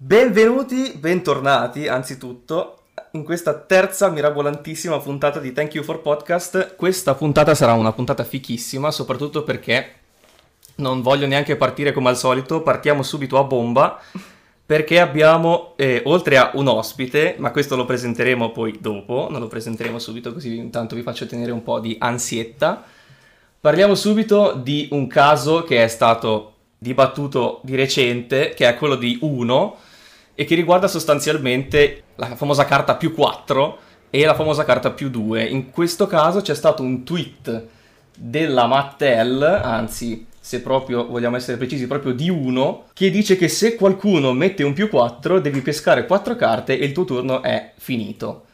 Benvenuti, bentornati anzitutto in questa terza mirabolantissima puntata di Thank You for Podcast. Questa puntata sarà una puntata fichissima, soprattutto perché non voglio neanche partire come al solito, partiamo subito a bomba perché abbiamo, oltre a un ospite, ma questo lo presenteremo poi dopo, non lo presenteremo subito così intanto vi faccio tenere un po' di ansietta. Parliamo subito di un caso che è stato dibattuto di recente, che è quello di Uno, e che riguarda sostanzialmente la famosa carta più 4 e la famosa carta più 2. In questo caso c'è stato un tweet della Mattel, anzi, se proprio vogliamo essere precisi, proprio di Uno, che dice che se qualcuno mette un più 4 devi pescare 4 carte e il tuo turno è finito.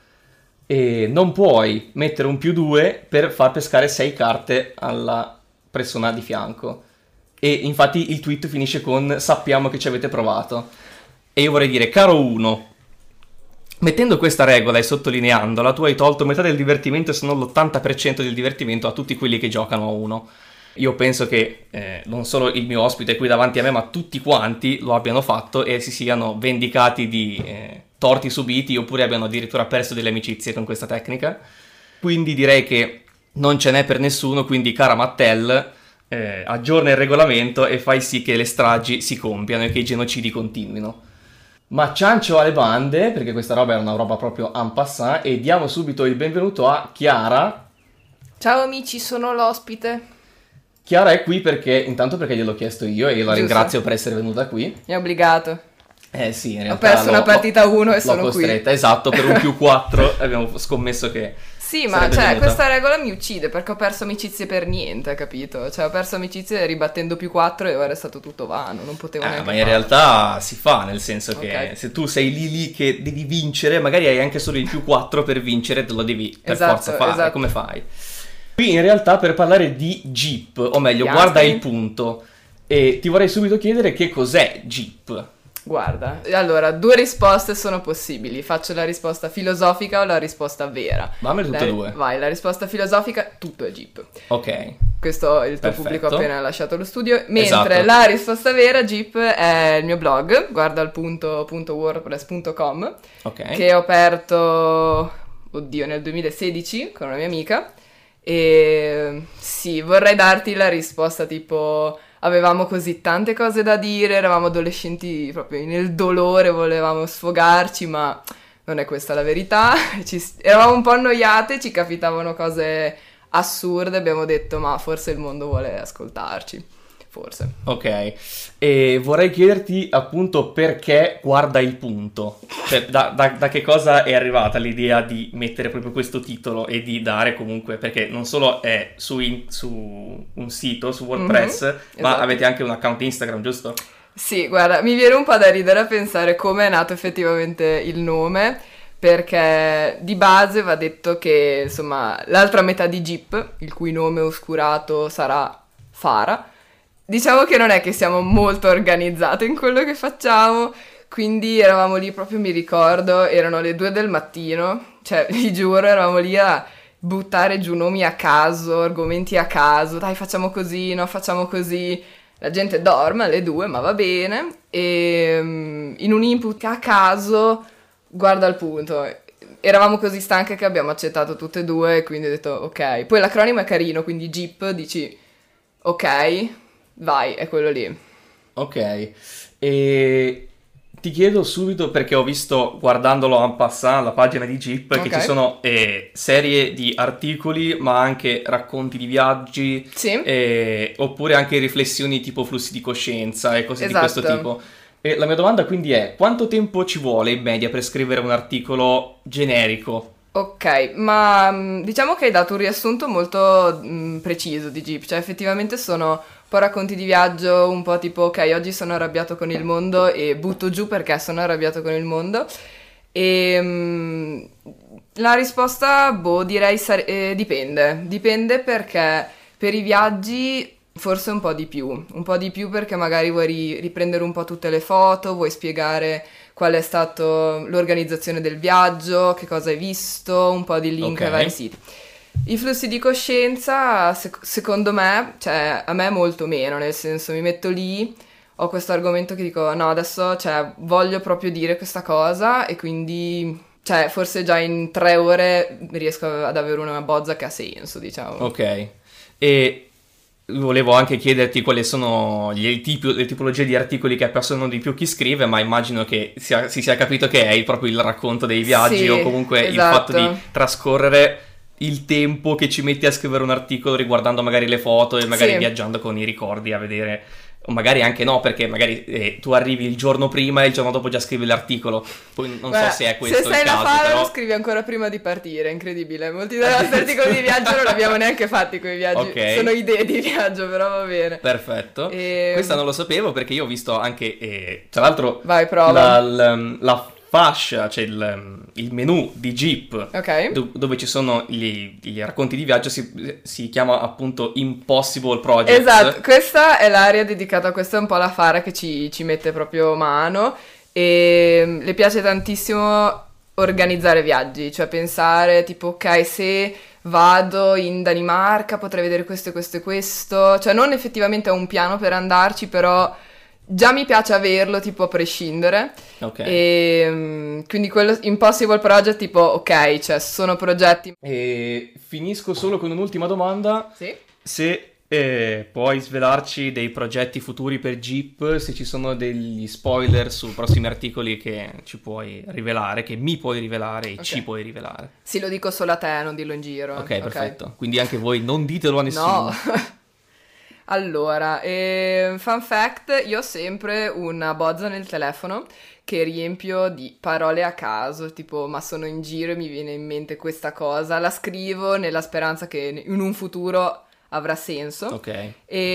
E non puoi mettere un più 2 per far pescare 6 carte alla persona di fianco. E infatti il tweet finisce con "sappiamo che ci avete provato". E io vorrei dire, caro Uno, mettendo questa regola e sottolineandola, tu hai tolto metà del divertimento, se non l'80% del divertimento, a tutti quelli che giocano a Uno. Io penso che non solo il mio ospite qui davanti a me, ma tutti quanti lo abbiano fatto e si siano vendicati di torti subiti, oppure abbiano addirittura perso delle amicizie con questa tecnica. Quindi direi che non ce n'è per nessuno, quindi cara Mattel, aggiorna il regolamento e fai sì che le stragi si compiano e che i genocidi continuino. Ma ciancio alle bande, perché questa roba è una roba proprio en passant, e diamo subito il benvenuto a Chiara. Ciao amici, sono l'ospite. Chiara è qui intanto perché gliel'ho chiesto io e la ringrazio per essere venuta qui. Mi ha obbligato. Sì, in realtà ho perso una partita 1 e sono costretta, qui. Esatto, per un più 4 abbiamo scommesso che sì, ma cioè questa regola mi uccide perché ho perso amicizie per niente, capito? Cioè ho perso amicizie ribattendo più 4 e ora è stato tutto vano, non potevo neanche ma in realtà si fa, nel senso che se tu sei lì che devi vincere, magari hai anche solo il più 4 per vincere, te lo devi per forza fare, esatto. Come fai? Qui in realtà per parlare di Jeep, o meglio, guarda il punto, e ti vorrei subito chiedere che cos'è Jeep. Guarda, allora, 2 risposte sono possibili. Faccio la risposta filosofica o la risposta vera. Dammi tutte e due. Vai, la risposta filosofica, tutto è Jeep. Ok. Questo il tuo Perfetto. Pubblico appena lasciato lo studio. Mentre la risposta vera, Jeep, è il mio blog, guarda il punto.wordpress.com, che ho aperto, nel 2016 con una mia amica. E sì, vorrei darti la risposta tipo: avevamo così tante cose da dire, eravamo adolescenti proprio nel dolore, volevamo sfogarci, ma non è questa la verità. Eravamo un po' annoiate, ci capitavano cose assurde, abbiamo detto ma forse il mondo vuole ascoltarci, forse. Ok, e vorrei chiederti appunto perché guarda il punto, cioè da che cosa è arrivata l'idea di mettere proprio questo titolo e di dare comunque, perché non solo è su un sito, su WordPress, ma esatto. avete anche un account Instagram, giusto? Sì, guarda, mi viene un po' da ridere a pensare come è nato effettivamente il nome, perché di base va detto che, insomma, l'altra metà di Jeep, il cui nome oscurato sarà Fara, diciamo che non è che siamo molto organizzate in quello che facciamo, quindi eravamo lì proprio, mi ricordo, erano le 2 del mattino, cioè, vi giuro, eravamo lì a buttare giù nomi a caso, argomenti a caso, dai facciamo così, no facciamo così, la gente dorme alle 2, ma va bene, e in un input a caso, guarda il punto, eravamo così stanche che abbiamo accettato tutte e 2, quindi ho detto ok, poi l'acronimo è carino, quindi Jeep, dici ok, vai, è quello lì. Ok, e ti chiedo subito, perché ho visto, guardandolo en passant, la pagina di Jeep, che ci sono serie di articoli, ma anche racconti di viaggi, sì. Oppure anche riflessioni tipo flussi di coscienza e cose di questo tipo. E la mia domanda quindi è: quanto tempo ci vuole in media per scrivere un articolo generico? Ok, ma diciamo che hai dato un riassunto molto preciso di Jeep, cioè effettivamente sono un po' racconti di viaggio, un po' tipo ok, oggi sono arrabbiato con il mondo e butto giù perché sono arrabbiato con il mondo. E la risposta, direi dipende perché per i viaggi forse un po' di più perché magari vuoi riprendere un po' tutte le foto, vuoi spiegare qual è stata l'organizzazione del viaggio, che cosa hai visto, un po' di link ai vari siti. I flussi di coscienza, secondo me, cioè a me molto meno, nel senso mi metto lì, ho questo argomento che dico, no, adesso, cioè, voglio proprio dire questa cosa e quindi, cioè, forse già in 3 ore riesco ad avere una bozza che ha senso, diciamo. Ok, e volevo anche chiederti quali sono le tipologie di articoli che appassionano di più chi scrive, ma immagino che si sia capito che è proprio il racconto dei viaggi Sì, o comunque il esatto. fatto di trascorrere il tempo che ci metti a scrivere un articolo riguardando magari le foto e magari Sì. viaggiando con i ricordi a vedere, o magari anche no, perché magari tu arrivi il giorno prima e il giorno dopo già scrivi l'articolo. Poi non Guarda, so se è questo se sai il la caso, fare però... lo scrivi ancora prima di partire, incredibile. Molti dei nostri articoli di viaggio non abbiamo neanche fatti quei viaggi, Ok. sono idee di viaggio, però va bene. Perfetto. E- Questa non lo sapevo perché io ho visto anche, tra l'altro, Vai, prova. la fascia, cioè il menu di Jeep, Ok. dove ci sono i racconti di viaggio, si chiama appunto Impossible Projects. Esatto, questa è l'area dedicata, questa è un po' la Fara che ci mette proprio mano e le piace tantissimo organizzare viaggi, cioè pensare tipo ok, se vado in Danimarca potrei vedere questo e questo e questo, cioè non effettivamente ho un piano per andarci, però già mi piace averlo tipo a prescindere. Ok. E quindi quello Impossible Project tipo ok, cioè sono progetti. E finisco solo con un'ultima domanda. Sì. Se puoi svelarci dei progetti futuri per Jeep, se ci sono degli spoiler su prossimi articoli che ci puoi rivelare, che mi puoi rivelare e Ok. ci puoi rivelare. Sì, lo dico solo a te, non dillo in giro. Ok, perfetto. Quindi anche voi non ditelo a nessuno. No. Allora, fun fact, io ho sempre una bozza nel telefono che riempio di parole a caso, tipo ma sono in giro e mi viene in mente questa cosa, la scrivo nella speranza che in un futuro avrà senso. Ok,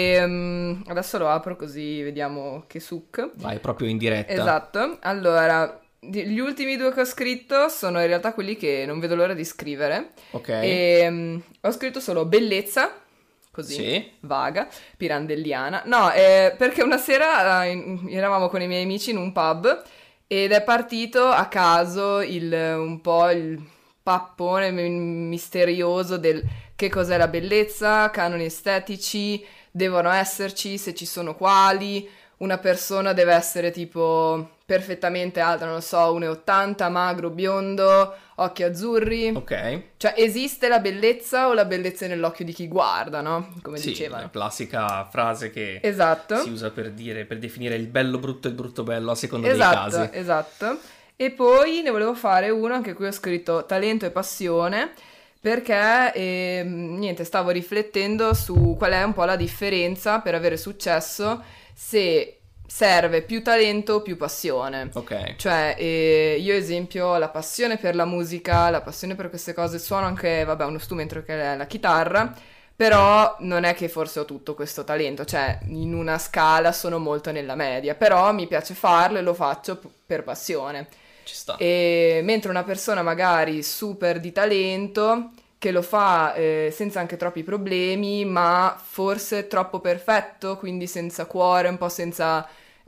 E adesso lo apro così vediamo che suc. vai proprio in diretta. Esatto, allora, gli ultimi 2 che ho scritto sono in realtà quelli che non vedo l'ora di scrivere. Ok. E ho scritto solo bellezza, così, Sì. vaga, pirandelliana. No, perché una sera eravamo con i miei amici in un pub ed è partito a caso un po' il pappone misterioso del che cos'è la bellezza, canoni estetici, devono esserci, se ci sono quali, una persona deve essere tipo perfettamente alta, non lo so, 1,80, magro, biondo, occhi azzurri. Ok. Cioè, esiste la bellezza o la bellezza è nell'occhio di chi guarda, no? Come Sì, la dicevano. classica frase che Esatto. si usa per definire il bello brutto e il brutto bello a seconda dei Esatto, casi. esatto. E poi ne volevo fare uno, anche qui ho scritto talento e passione, perché niente, stavo riflettendo su qual è un po' la differenza per avere successo, se serve più talento o più passione. Ok. Cioè, io esempio ho la passione per la musica, la passione per queste cose, suono anche, vabbè, uno strumento che è la chitarra, però non è che forse ho tutto questo talento, cioè in una scala sono molto nella media, però mi piace farlo e lo faccio per passione. Ci sta. E mentre una persona magari super di talento che lo fa senza anche troppi problemi, ma forse troppo perfetto, quindi senza cuore, un po' senza,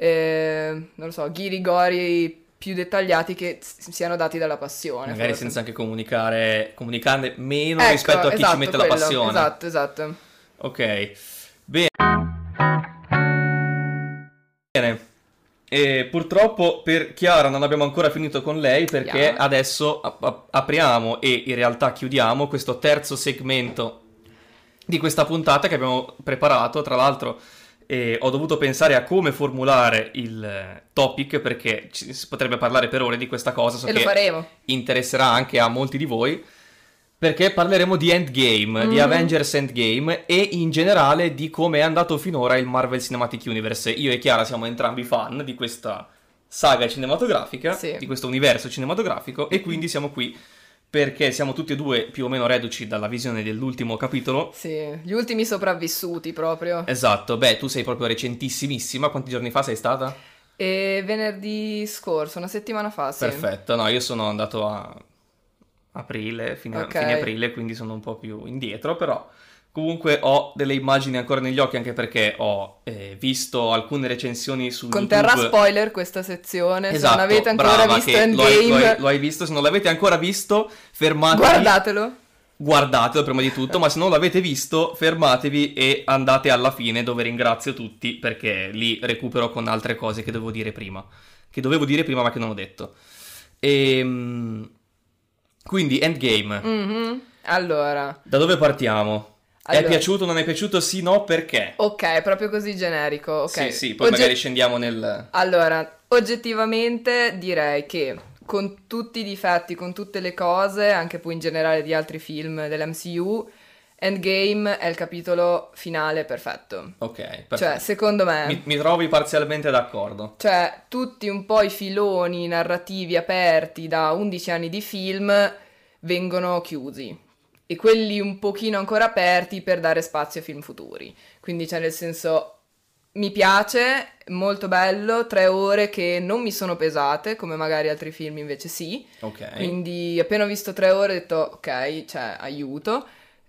non lo so, ghirigori più dettagliati che siano dati dalla passione. Magari forse. senza anche comunicarne meno Ecco, rispetto a chi ci esatto, mette la quello, passione. Esatto, esatto. Ok. Bene. E purtroppo per Chiara non abbiamo ancora finito con lei perché Chiara. adesso apriamo e in realtà chiudiamo questo terzo segmento di questa puntata che abbiamo preparato. Tra l'altro ho dovuto pensare a come formulare il topic perché si potrebbe parlare per ore di questa cosa, so E lo che faremo. interesserà anche a molti di voi. Perché parleremo di Endgame, di Avengers Endgame e in generale di come è andato finora il Marvel Cinematic Universe. Io e Chiara siamo entrambi fan di questa saga cinematografica, Sì. di questo universo cinematografico e quindi siamo qui perché siamo tutti e due più o meno reduci dalla visione dell'ultimo capitolo. Sì, gli ultimi sopravvissuti proprio. Esatto, beh, tu sei proprio recentissimissima, quanti giorni fa sei stata? E venerdì scorso, una settimana fa, sì. Perfetto, no, io sono andato a aprile, fine Ok. aprile, quindi sono un po' più indietro, però comunque ho delle immagini ancora negli occhi anche perché ho visto alcune recensioni su Conterrà YouTube. spoiler questa sezione, se Esatto, non avete ancora brava, visto che Endgame, lo hai visto, se non l'avete ancora visto, fermatevi. guardatelo. guardatelo prima di tutto, ma se non l'avete visto, fermatevi e andate alla fine, dove ringrazio tutti, perché lì recupero con altre cose che dovevo dire prima ma che non ho detto. Quindi Endgame. Mhm. Allora, Da dove partiamo? È piaciuto, non è piaciuto? Sì, no, perché? ok, proprio così generico, ok. Sì, poi magari scendiamo nel... Allora, oggettivamente direi che con tutti i difetti, con tutte le cose, anche poi in generale di altri film dell'MCU, Endgame è il capitolo finale perfetto. Ok, perfetto. Cioè, secondo me... Mi trovi parzialmente d'accordo. Cioè, tutti un po' i filoni narrativi aperti da 11 anni di film vengono chiusi. E quelli un pochino ancora aperti per dare spazio a film futuri. Quindi, cioè, nel senso, mi piace, molto bello, 3 ore che non mi sono pesate, come magari altri film invece sì. Ok. Quindi, appena ho visto 3 ore ho detto, ok, cioè, aiuto.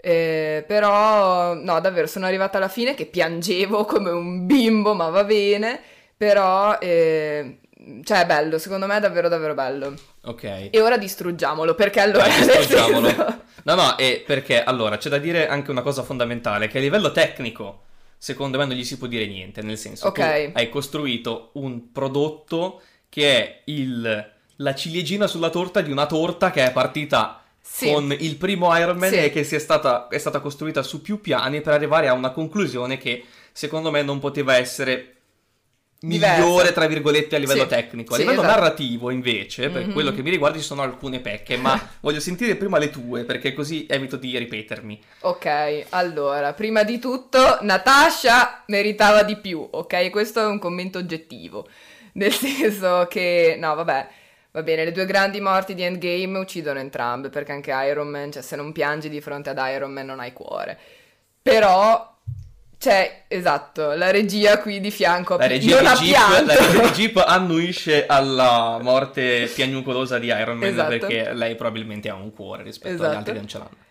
Però, no, davvero, sono arrivata alla fine che piangevo come un bimbo, ma va bene. Però, cioè, è bello, secondo me è davvero, davvero bello. Ok. E ora distruggiamolo, perché allora... Dai, nel distruggiamolo. senso- No, è perché allora c'è da dire anche una cosa fondamentale, che a livello tecnico, secondo me non gli si può dire niente, nel senso Ok. tu hai costruito un prodotto che è la ciliegina sulla torta di una torta che è partita Sì. con il primo Iron Man Sì. e che è stata costruita su più piani per arrivare a una conclusione che secondo me non poteva essere Diversa. migliore, tra virgolette, a livello Sì. tecnico. A Sì, livello esatto. narrativo, invece, per Mhm. quello che mi riguarda, ci sono alcune pecche, ma voglio sentire prima le tue, perché così evito di ripetermi. Ok, allora, prima di tutto, Natasha meritava di più, ok? Questo è un commento oggettivo, nel senso che, no, vabbè, va bene, le 2 grandi morti di Endgame uccidono entrambe, perché anche Iron Man, cioè se non piangi di fronte ad Iron Man non hai cuore. Però, cioè, esatto, la regia qui di fianco La regia non ha di Jeep, la pianto. regia di Jeep annuisce alla morte piagnucolosa di Iron Man, Esatto. perché lei probabilmente ha un cuore rispetto agli Esatto. altri che non ce l'hanno.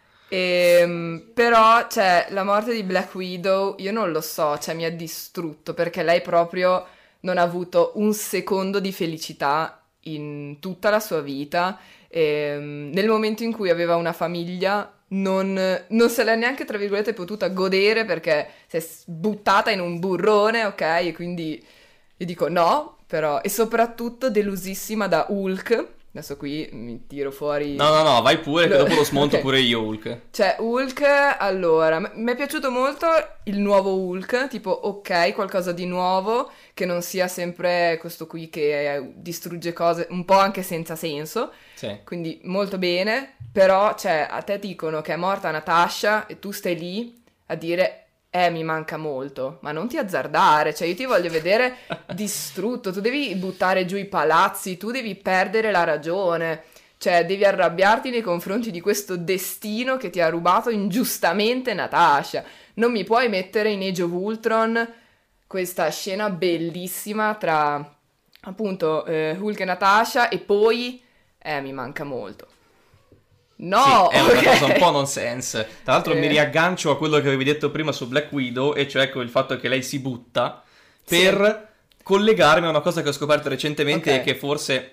Però, cioè, la morte di Black Widow, io non lo so, cioè mi ha distrutto perché lei proprio non ha avuto un secondo di felicità in tutta la sua vita. Nel momento in cui aveva una famiglia, non se l'è neanche, tra virgolette, potuta godere perché si è buttata in un burrone, ok? E quindi io dico no, però, e soprattutto delusissima da Hulk. Adesso qui mi tiro fuori... No, vai pure, che dopo lo smonto Ok. pure io, Hulk. Cioè, Hulk, allora, mi è piaciuto molto il nuovo Hulk, tipo, ok, qualcosa di nuovo, che non sia sempre questo qui che distrugge cose un po' anche senza senso, Sì. quindi molto bene, però, cioè, a te dicono che è morta Natasha e tu stai lì a dire... mi manca molto, ma non ti azzardare, cioè io ti voglio vedere distrutto, tu devi buttare giù i palazzi, tu devi perdere la ragione, cioè devi arrabbiarti nei confronti di questo destino che ti ha rubato ingiustamente Natasha. Non mi puoi mettere in Age of Ultron questa scena bellissima tra appunto Hulk e Natasha e poi mi manca molto. No, Sì, è una ok. cosa un po' nonsense. Tra l'altro mi Eh. riaggancio a quello che avevi detto prima su Black Widow, e cioè il fatto che lei si butta Sì. per collegarmi a una cosa che ho scoperto recentemente Ok. e che forse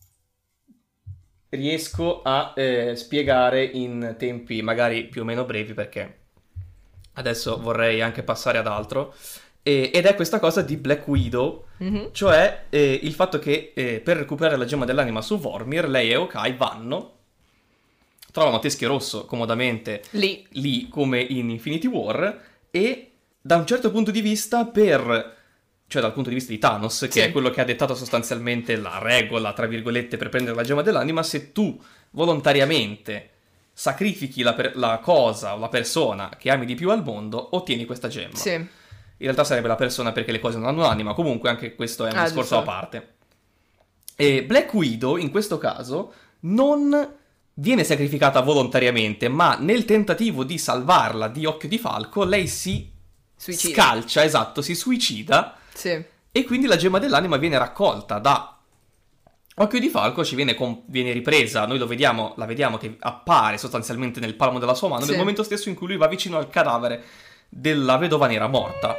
riesco a spiegare in tempi magari più o meno brevi, perché adesso vorrei anche passare ad altro. Ed è questa cosa di Black Widow, Mhm. cioè il fatto che per recuperare la gemma dell'anima su Vormir, lei e Hawkeye trovano Teschio Rosso comodamente lì come in Infinity War, e da un certo punto di vista cioè dal punto di vista di Thanos, che Sì. è quello che ha dettato sostanzialmente la regola, tra virgolette, per prendere la gemma dell'anima, se tu volontariamente sacrifichi la cosa o la persona che ami di più al mondo, ottieni questa gemma. Sì. In realtà sarebbe la persona, perché le cose non hanno anima, comunque anche questo è un discorso giusto. a parte. E Black Widow, in questo caso, non viene sacrificata volontariamente, ma nel tentativo di salvarla di Occhio di Falco, lei si Suicida. scalcia, esatto, si suicida, Sì. e quindi la gemma dell'anima viene raccolta da Occhio di Falco, viene ripresa, noi la vediamo che appare sostanzialmente nel palmo della sua mano, Sì. nel momento stesso in cui lui va vicino al cadavere della vedova nera morta.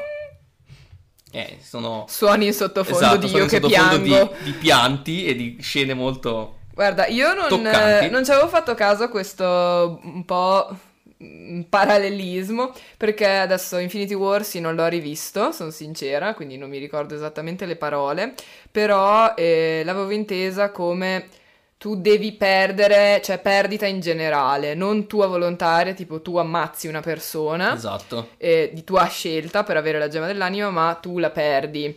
Sono... Suoni in sottofondo Esatto, di sono io in che sottofondo piango. di pianti e di scene molto Guarda, io toccanti. non ci avevo fatto caso a questo un po' parallelismo, perché adesso Infinity War sì, non l'ho rivisto, sono sincera, quindi non mi ricordo esattamente le parole, però l'avevo intesa come tu devi perdere, cioè perdita in generale, non tua volontaria, tipo tu ammazzi una persona Esatto. di tua scelta per avere la gemma dell'anima, ma tu la perdi.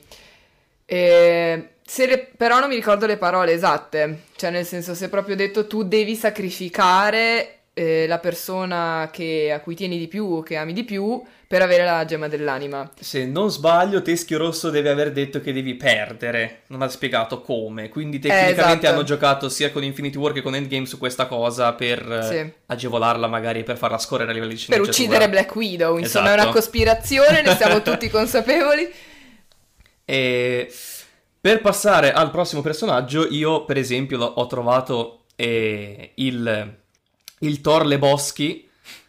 Però non mi ricordo le parole esatte, cioè nel senso se proprio detto tu devi sacrificare la persona a cui tieni di più o che ami di più per avere la gemma dell'anima. Se non sbaglio, Teschio Rosso deve aver detto che devi perdere. Non ha spiegato come. Quindi tecnicamente Esatto. hanno giocato sia con Infinity War che con Endgame su questa cosa per Sì. agevolarla magari, per farla scorrere a livello di Per sceneggiatura. uccidere Black Widow, insomma è Esatto. una cospirazione, ne siamo tutti consapevoli. E per passare al prossimo personaggio, io per esempio ho trovato il Thor Lebowski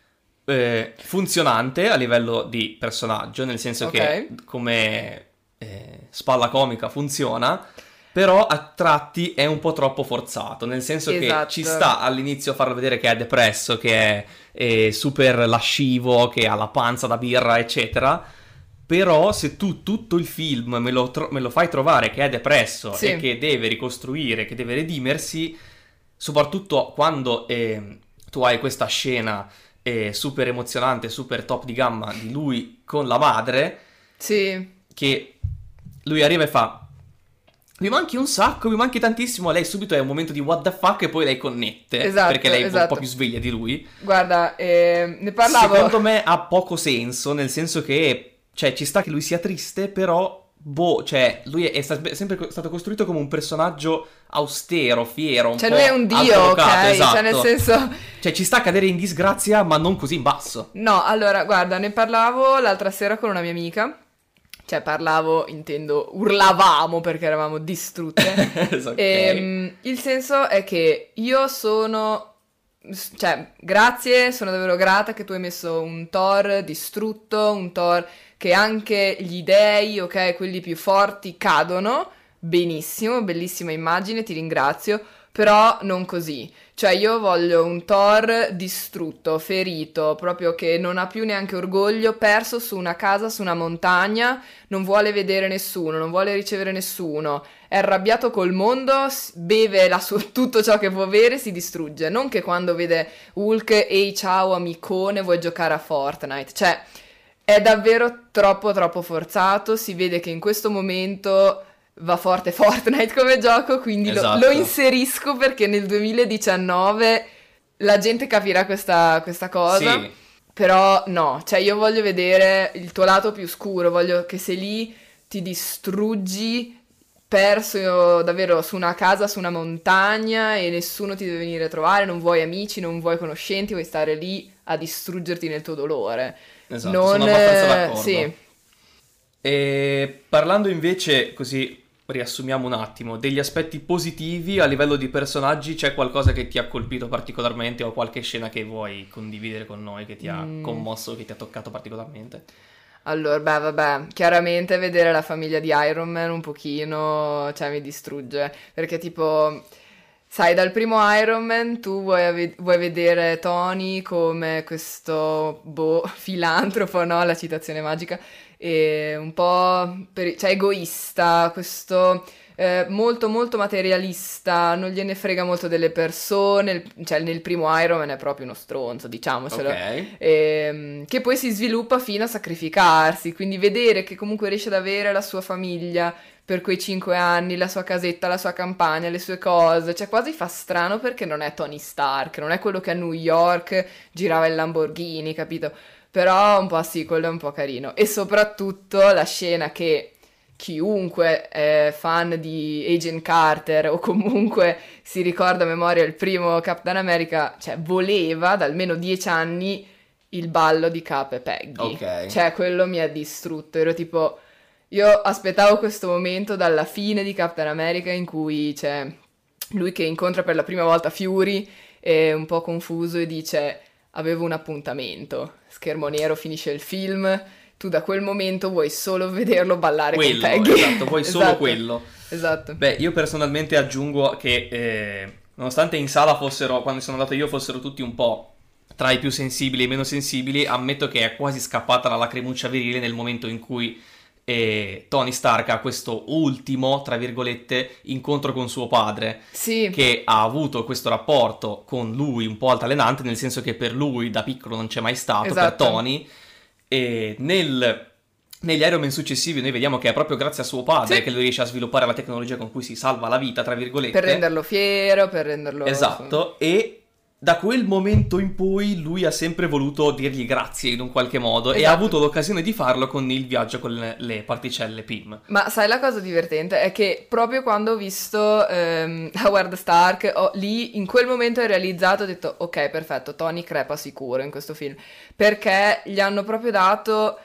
funzionante a livello di personaggio, nel senso che come spalla comica funziona, però a tratti è un po' troppo forzato, nel senso Esatto. che ci sta all'inizio a farlo vedere che è depresso, che è super lascivo, che ha la panza da birra, eccetera. Però se tu tutto il film me lo fai trovare che è depresso Sì. e che deve ricostruire, che deve redimersi, soprattutto quando tu hai questa scena super emozionante, super top di gamma di lui con la madre, Sì. che lui arriva e fa: mi manchi un sacco, mi manchi tantissimo. Lei subito è un momento di what the fuck e poi lei connette, Esatto, perché lei è un esatto. po' più sveglia di lui. Guarda, ne parlavo. Secondo me ha poco senso, nel senso che, cioè, ci sta che lui sia triste, però, cioè, lui è sempre stato costruito come un personaggio austero, fiero, un Cioè po' lui è un dio, altolocato, ok? esatto. Cioè nel senso... Cioè, ci sta a cadere in disgrazia, ma non così in basso. No, allora, guarda, ne parlavo l'altra sera con una mia amica. Cioè, parlavo, intendo, urlavamo perché eravamo distrutte. Ok. Il senso è che io sono... Cioè, grazie, sono davvero grata che tu hai messo un Thor distrutto, un Thor che anche gli dei, ok, quelli più forti cadono. Benissimo, bellissima immagine, ti ringrazio. Però non così. Cioè io voglio un Thor distrutto, ferito, proprio che non ha più neanche orgoglio, perso su una casa, su una montagna, non vuole vedere nessuno, non vuole ricevere nessuno, è arrabbiato col mondo, beve tutto ciò che può bere, si distrugge. Non che quando vede Hulk, ehi ciao amicone, vuoi giocare a Fortnite. Cioè è davvero troppo troppo forzato, si vede che in questo momento... va forte Fortnite come gioco, quindi Esatto. lo inserisco perché nel 2019 la gente capirà questa cosa. Sì. Però no, cioè io voglio vedere il tuo lato più scuro, voglio che sei lì, ti distruggi, perso davvero su una casa, su una montagna e nessuno ti deve venire a trovare, non vuoi amici, non vuoi conoscenti, vuoi stare lì a distruggerti nel tuo dolore. Esatto, sono abbastanza d'accordo. Sì. E parlando invece, così riassumiamo un attimo, degli aspetti positivi a livello di personaggi, c'è qualcosa che ti ha colpito particolarmente o qualche scena che vuoi condividere con noi, che ti ha commosso, che ti ha toccato particolarmente? Allora, beh, vabbè, chiaramente vedere la famiglia di Iron Man un pochino, cioè, mi distrugge, perché tipo, sai, dal primo Iron Man tu vuoi vedere Tony come questo, filantropo, no? La citazione magica, e un po', cioè, egoista, questo... molto molto materialista, non gliene frega molto delle persone, cioè nel primo Iron Man è proprio uno stronzo, diciamocelo, Ok. che poi si sviluppa fino a sacrificarsi, quindi vedere che comunque riesce ad avere la sua famiglia per quei 5 anni, la sua casetta, la sua campagna, le sue cose, cioè quasi fa strano perché non è Tony Stark, non è quello che a New York girava il Lamborghini, capito? Però un po' sì, quello è un po' carino, e soprattutto la scena che chiunque è fan di Agent Carter o comunque si ricorda a memoria il primo Capitan America, cioè voleva da almeno 10 anni il ballo di Cap e Peggy. Ok. Cioè quello mi ha distrutto, ero tipo, io aspettavo questo momento dalla fine di Capitan America in cui c'è lui che incontra per la prima volta Fury, è un po' confuso e dice avevo un appuntamento, schermo nero, finisce il film. Tu da quel momento vuoi solo vederlo ballare Quello, con Peggy. esatto, vuoi solo Esatto, quello. Esatto. Beh, io personalmente aggiungo che nonostante in sala fossero, quando sono andato io, fossero tutti un po' tra i più sensibili e i meno sensibili, ammetto che è quasi scappata la lacrimuccia virile nel momento in cui Tony Stark ha questo ultimo, tra virgolette, incontro con suo padre, Sì, che ha avuto questo rapporto con lui un po' altalenante, nel senso che per lui da piccolo non c'è mai stato, esatto. per Tony, e negli Iron Man successivi noi vediamo che è proprio grazie a suo padre Sì. che lui riesce a sviluppare la tecnologia con cui si salva la vita, tra virgolette. Per renderlo fiero, per renderlo... Esatto, e da quel momento in poi lui ha sempre voluto dirgli grazie in un qualche modo e ha Esatto. avuto l'occasione di farlo con il viaggio con le particelle PIM. Ma sai la cosa divertente? È che proprio quando ho visto Howard Stark, lì in quel momento ho realizzato, ho detto ok, perfetto, Tony crepa sicuro in questo film, perché gli hanno proprio dato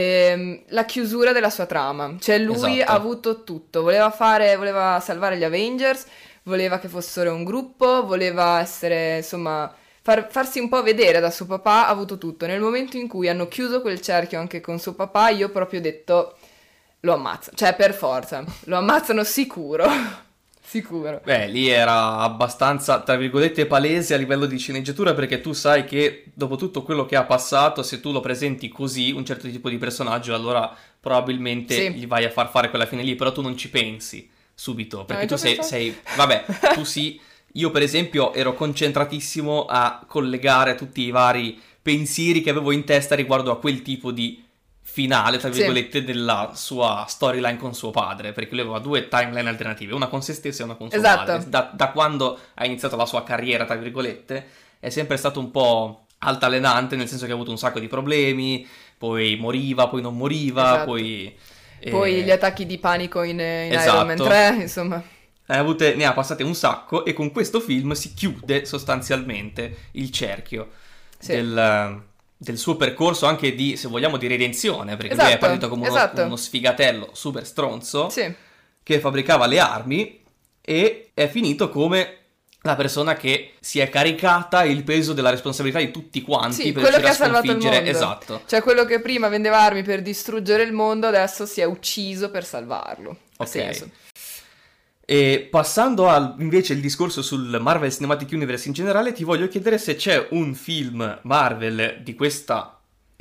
la chiusura della sua trama. Cioè lui Esatto. ha avuto tutto, voleva salvare gli Avengers, voleva che fossero un gruppo, voleva essere, insomma, farsi un po' vedere da suo papà, ha avuto tutto. Nel momento in cui hanno chiuso quel cerchio anche con suo papà, io proprio ho detto, lo ammazzano, cioè per forza, lo ammazzano sicuro, sicuro. Beh, lì era abbastanza, tra virgolette, palese a livello di sceneggiatura, perché tu sai che dopo tutto quello che ha passato, se tu lo presenti così, un certo tipo di personaggio, allora probabilmente Sì. gli vai a far fare quella fine lì, però tu non ci pensi subito, perché hai tu già pensato? vabbè, tu sì, io per esempio ero concentratissimo a collegare tutti i vari pensieri che avevo in testa riguardo a quel tipo di finale, tra Sì. virgolette, della sua storyline con suo padre, perché lui aveva due timeline alternative, una con se stesso e una con suo Esatto. padre. Da quando ha iniziato la sua carriera, tra virgolette, è sempre stato un po' altalenante, nel senso che ha avuto un sacco di problemi, poi moriva, poi non moriva, Esatto. poi... Poi gli attacchi di panico in Esatto. Iron Man 3, insomma. Ne ha passate un sacco e con questo film si chiude sostanzialmente il cerchio Sì. del suo percorso anche di, se vogliamo, di redenzione, perché lui Esatto, è partito come esatto. uno sfigatello super stronzo Sì, che fabbricava le armi e è finito come la persona che si è caricata il peso della responsabilità di tutti quanti sì, per quello riuscire che a ha salvato il sconfiggere. mondo. Esatto. Cioè quello che prima vendeva armi per distruggere il mondo, adesso si è ucciso per salvarlo. Ha Ok. senso. E passando invece il discorso sul Marvel Cinematic Universe in generale, ti voglio chiedere se c'è un film Marvel di questa,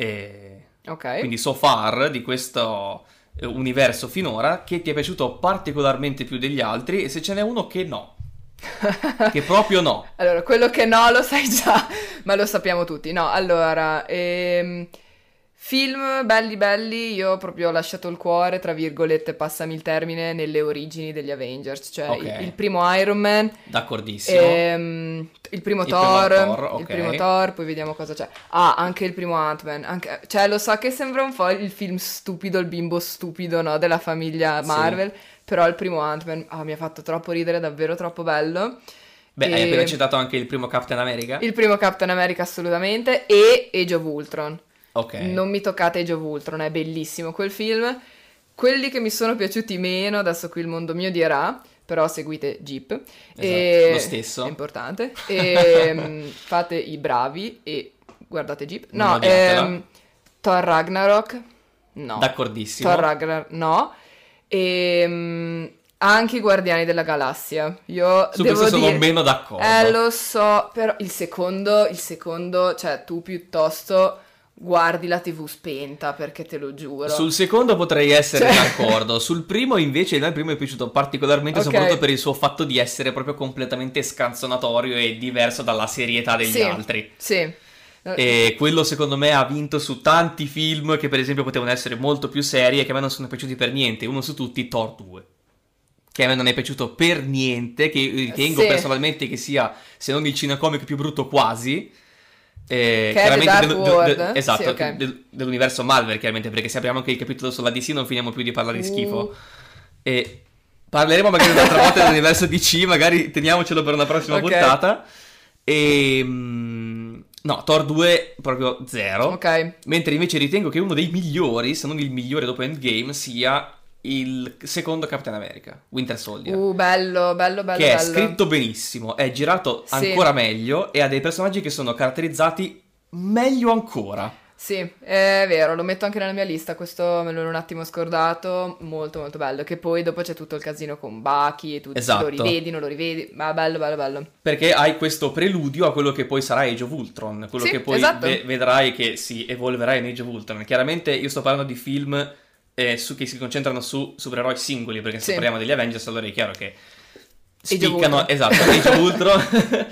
Ok. quindi so far, di questo universo finora, che ti è piaciuto particolarmente più degli altri e se ce n'è uno che no, che proprio no. Allora, quello che no lo sai già, ma lo sappiamo tutti. No, allora, film belli belli, io proprio ho lasciato il cuore, tra virgolette, passami il termine, nelle origini degli Avengers, cioè Ok. il primo Iron Man, D'accordissimo. il primo Il Thor, primo Thor, ok. il primo Thor, poi vediamo cosa c'è. Ah, anche il primo Ant-Man, cioè lo so che sembra un po' il film stupido, il bimbo stupido, no, della famiglia Sì. Marvel, però il primo Ant-Man mi ha fatto troppo ridere, davvero troppo bello. Beh, hai E- appena citato anche il primo Captain America? il primo Captain America assolutamente e Age of Ultron. Ok. Non mi toccate Age of Ultron, è bellissimo quel film. Quelli che mi sono piaciuti meno, adesso qui il mondo mio dirà, però seguite Jeep. Esatto, lo stesso. È importante. E fate i bravi e guardate Jeep. Non No, odiatela. Thor Ragnarok. No. D'accordissimo. Thor Ragnarok, no. E anche i Guardiani della Galassia. Io Su devo questo sono dire... meno d'accordo. Lo so, però il secondo, cioè tu piuttosto guardi la TV spenta, perché te lo giuro. Sul secondo potrei essere Cioè- d'accordo, sul primo invece, a me il primo è piaciuto particolarmente, Ok. soprattutto per il suo fatto di essere proprio completamente scanzonatorio e diverso dalla serietà degli Sì, altri. Sì. E quello secondo me ha vinto su tanti film che per esempio potevano essere molto più seri e che a me non sono piaciuti per niente, uno su tutti, Thor 2. Che a me non è piaciuto per niente, che ritengo Sì. personalmente che sia, se non il cinecomic più brutto quasi. Che è The Dark World? Esatto, Sì, ok. dell'universo Marvel chiaramente, perché se apriamo anche il capitolo sulla DC non finiamo più di parlare di schifo. E parleremo magari un'altra volta dell'universo DC, magari teniamocelo per una prossima Ok. puntata. No, Thor 2 proprio zero. Ok. Mentre invece ritengo che uno dei migliori, se non il migliore dopo Endgame, sia il secondo Captain America, Winter Soldier. Bello, bello, bello, Che è bello. scritto benissimo, è girato Sì. ancora meglio e ha dei personaggi che sono caratterizzati meglio ancora. Sì, è vero, lo metto anche nella mia lista, questo me l'ero un attimo scordato, molto molto bello, che poi dopo c'è tutto il casino con Bucky e tu Esatto. lo rivedi, non lo rivedi, ma bello, bello, bello. Perché hai questo preludio a quello che poi sarà Age of Ultron, quello Sì, che poi esatto. vedrai che si evolverà in Age of Ultron. Chiaramente io sto parlando di film che si concentrano su supereroi singoli, perché se Sì. parliamo degli Avengers allora è chiaro che Age of spiccano, Ultron. esatto, Age of Ultron.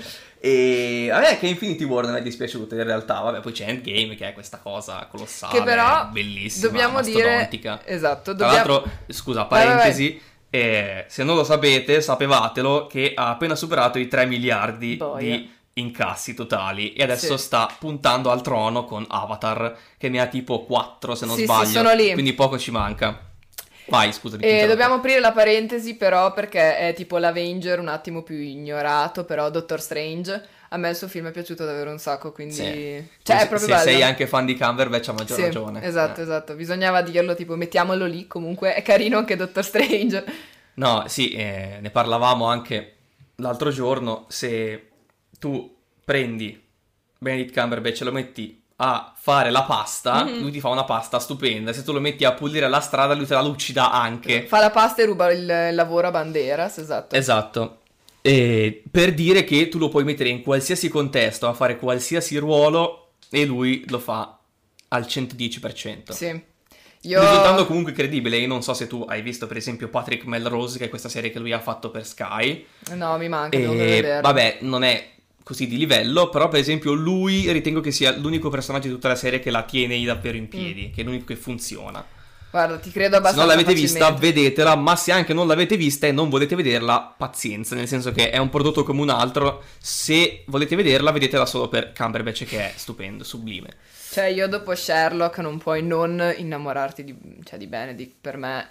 E a me che Infinity War non è dispiaciuto in realtà, vabbè, poi c'è Endgame che è questa cosa colossale, Che però bellissima, dobbiamo mastodontica. dire, esatto, Tra l'altro, scusa, Vai, vai, vai. parentesi, se non lo sapete, sapevatelo che ha appena superato i 3 miliardi Boia. di incassi totali e adesso Sì. sta puntando al trono con Avatar, che ne ha tipo 4 se non Sì, sì, sbaglio, sono lì. quindi poco ci manca. Vai, scusa, E dobbiamo aprire la parentesi però perché è tipo l'Avenger un attimo più ignorato, però Doctor Strange, a me il suo film è piaciuto davvero un sacco, quindi... Sì. Cioè è Se proprio bello. sei anche fan di Cumberbatch, ha maggior Sì, ragione. esatto, esatto, bisognava dirlo, tipo mettiamolo lì, comunque è carino anche Doctor Strange. No, sì, ne parlavamo anche l'altro giorno. Se tu prendi Benedict Cumberbatch e lo metti a fare la pasta, lui ti fa una pasta stupenda. Se tu lo metti a pulire la strada, lui te la lucida anche. Fa la pasta e ruba il lavoro a Banderas, esatto. Esatto. E per dire che tu lo puoi mettere in qualsiasi contesto, a fare qualsiasi ruolo, e lui lo fa al 110%. Sì. Risultando comunque credibile. Io non so se tu hai visto per esempio Patrick Melrose, che è questa serie che lui ha fatto per Sky. No, mi manca, devo E vederlo. vabbè, non è così di livello, però per esempio lui ritengo che sia l'unico personaggio di tutta la serie che la tiene davvero in piedi, che è l'unico che funziona. Guarda, ti credo Se abbastanza non l'avete vista, facilmente. vedetela, ma se anche non l'avete vista e non volete vederla, pazienza, nel senso che è un prodotto come un altro. Se volete vederla, vedetela solo per Cumberbatch, che è stupendo, sublime. Cioè, io dopo Sherlock non puoi non innamorarti di Benedict, per me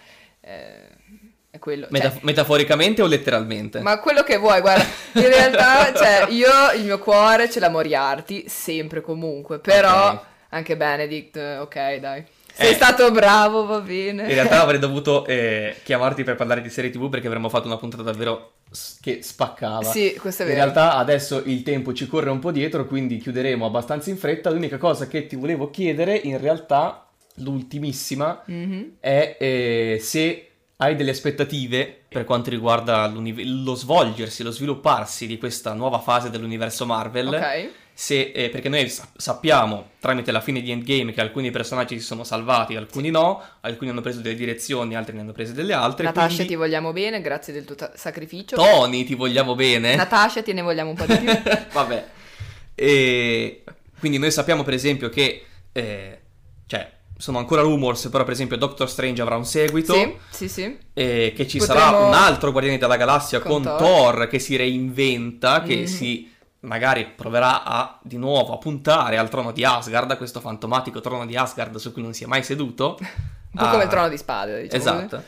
è quello. Cioè, Metaforicamente o letteralmente? ma quello che vuoi, guarda, in realtà, cioè, io il mio cuore ce l'ha Moriarty, sempre comunque, però Ok. anche Benedict, ok, dai. Sei stato bravo, va bene. In realtà avrei dovuto chiamarti per parlare di serie TV perché avremmo fatto una puntata davvero che spaccava. Sì, questo è In vero. realtà adesso il tempo ci corre un po' dietro, quindi chiuderemo abbastanza in fretta. L'unica cosa che ti volevo chiedere, in realtà, l'ultimissima, Mhm. è se hai delle aspettative per quanto riguarda lo svolgersi, lo svilupparsi di questa nuova fase dell'universo Marvel. Ok. Perché noi sappiamo tramite la fine di Endgame che alcuni personaggi si sono salvati, alcuni no, alcuni hanno preso delle direzioni, altri ne hanno prese delle altre. Natasha, quindi... ti vogliamo bene, grazie del tuo sacrificio. Tony, ti vogliamo bene. Natasha, te ne vogliamo un po' di più. Vabbè. E quindi noi sappiamo per esempio che cioè sono ancora rumors, però per esempio Doctor Strange avrà un seguito. Sì, sì, sì. E che ci Potremmo- sarà un altro Guardiani della Galassia Con con Thor. Thor che si reinventa, che Mhm. si magari proverà di nuovo a puntare al trono di Asgard, a questo fantomatico trono di Asgard su cui non si è mai seduto. Un po' come il trono di spade, diciamo. Esatto.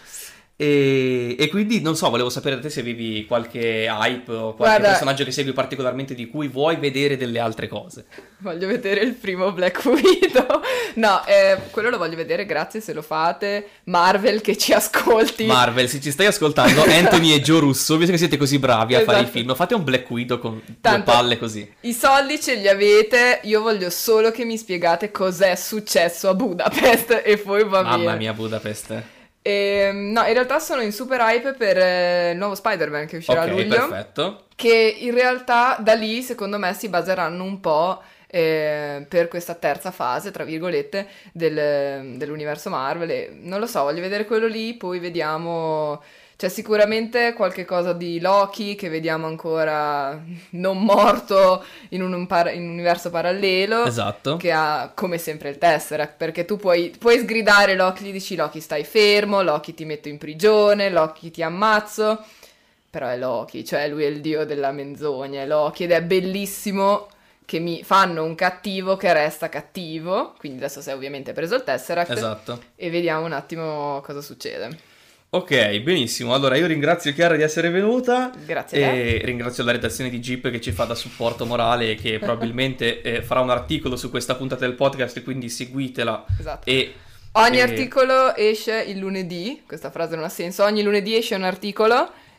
E quindi non so, volevo sapere da te se avevi qualche hype o qualche Guarda- personaggio che segui particolarmente di cui vuoi vedere delle altre cose. Voglio vedere il primo Black Widow. No, quello lo voglio vedere, grazie se lo fate. Marvel che ci ascolti. Marvel, se ci stai ascoltando, Anthony e Joe Russo, visto che siete così bravi a fare i Esatto. film, fate un Black Widow con Tanto- due palle così. I soldi ce li avete, io voglio solo che mi spiegate cos'è successo a Budapest e poi va via. Mamma mia, Budapest. No, in realtà sono in super hype per il nuovo Spider-Man che uscirà a Ok, luglio. perfetto. Che in realtà da lì, secondo me, si baseranno un po' per questa terza fase, tra virgolette, dell'universo Marvel. E non lo so, voglio vedere quello lì, poi vediamo. C'è sicuramente qualche cosa di Loki che vediamo ancora non morto in un universo parallelo. Esatto. Che ha come sempre il Tesseract, perché tu puoi sgridare Loki, gli dici Loki stai fermo, Loki ti metto in prigione, Loki ti ammazzo, però è Loki, cioè lui è il dio della menzogna, è Loki ed è bellissimo che mi fanno un cattivo che resta cattivo, quindi adesso si è ovviamente preso il Tesseract Esatto. e vediamo un attimo cosa succede. Ok, benissimo. Allora io ringrazio Chiara di essere venuta. Grazie a te. E ringrazio la redazione di Jeep che ci fa da supporto morale e che probabilmente farà un articolo su questa puntata del podcast, quindi seguitela. Esatto. e- Ogni articolo esce il lunedì, questa frase non ha senso, ogni lunedì esce un articolo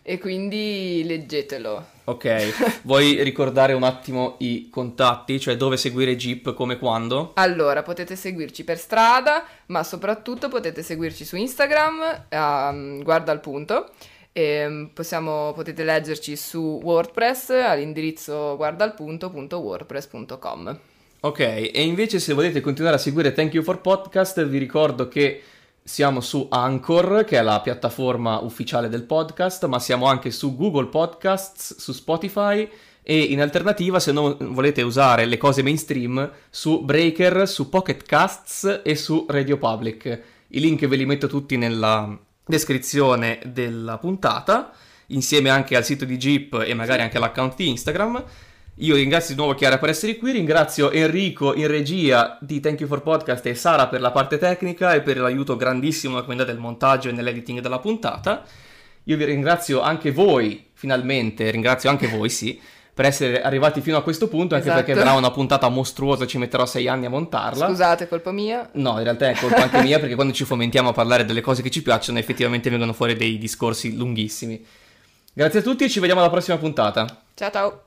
e quindi leggetelo. Ok, vuoi ricordare un attimo i contatti, cioè dove seguire Jeep, come, quando? Allora, potete seguirci per strada, ma soprattutto potete seguirci su Instagram, guarda al punto, e potete leggerci su WordPress all'indirizzo guardalpunto.wordpress.com. Ok, e invece se volete continuare a seguire Thank You for Podcast, vi ricordo che siamo su Anchor, che è la piattaforma ufficiale del podcast, ma siamo anche su Google Podcasts, su Spotify e in alternativa, se non volete usare le cose mainstream, su Breaker, su Pocket Casts e su Radio Public. I link ve li metto tutti nella descrizione della puntata, insieme anche al sito di Jeep e magari anche all'account di Instagram. Io ringrazio di nuovo Chiara per essere qui, ringrazio Enrico in regia di Thank You for Podcast e Sara per la parte tecnica e per l'aiuto grandissimo nella del montaggio e nell'editing della puntata. Io vi ringrazio anche voi, finalmente, ringrazio anche voi, sì, per essere arrivati fino a questo punto, anche perché verrà una puntata mostruosa, ci metterò 6 anni a montarla. Scusate, è colpa mia? No, in realtà è colpa anche mia, perché quando ci fomentiamo a parlare delle cose che ci piacciono, effettivamente vengono fuori dei discorsi lunghissimi. Grazie a tutti e ci vediamo alla prossima puntata. Ciao ciao!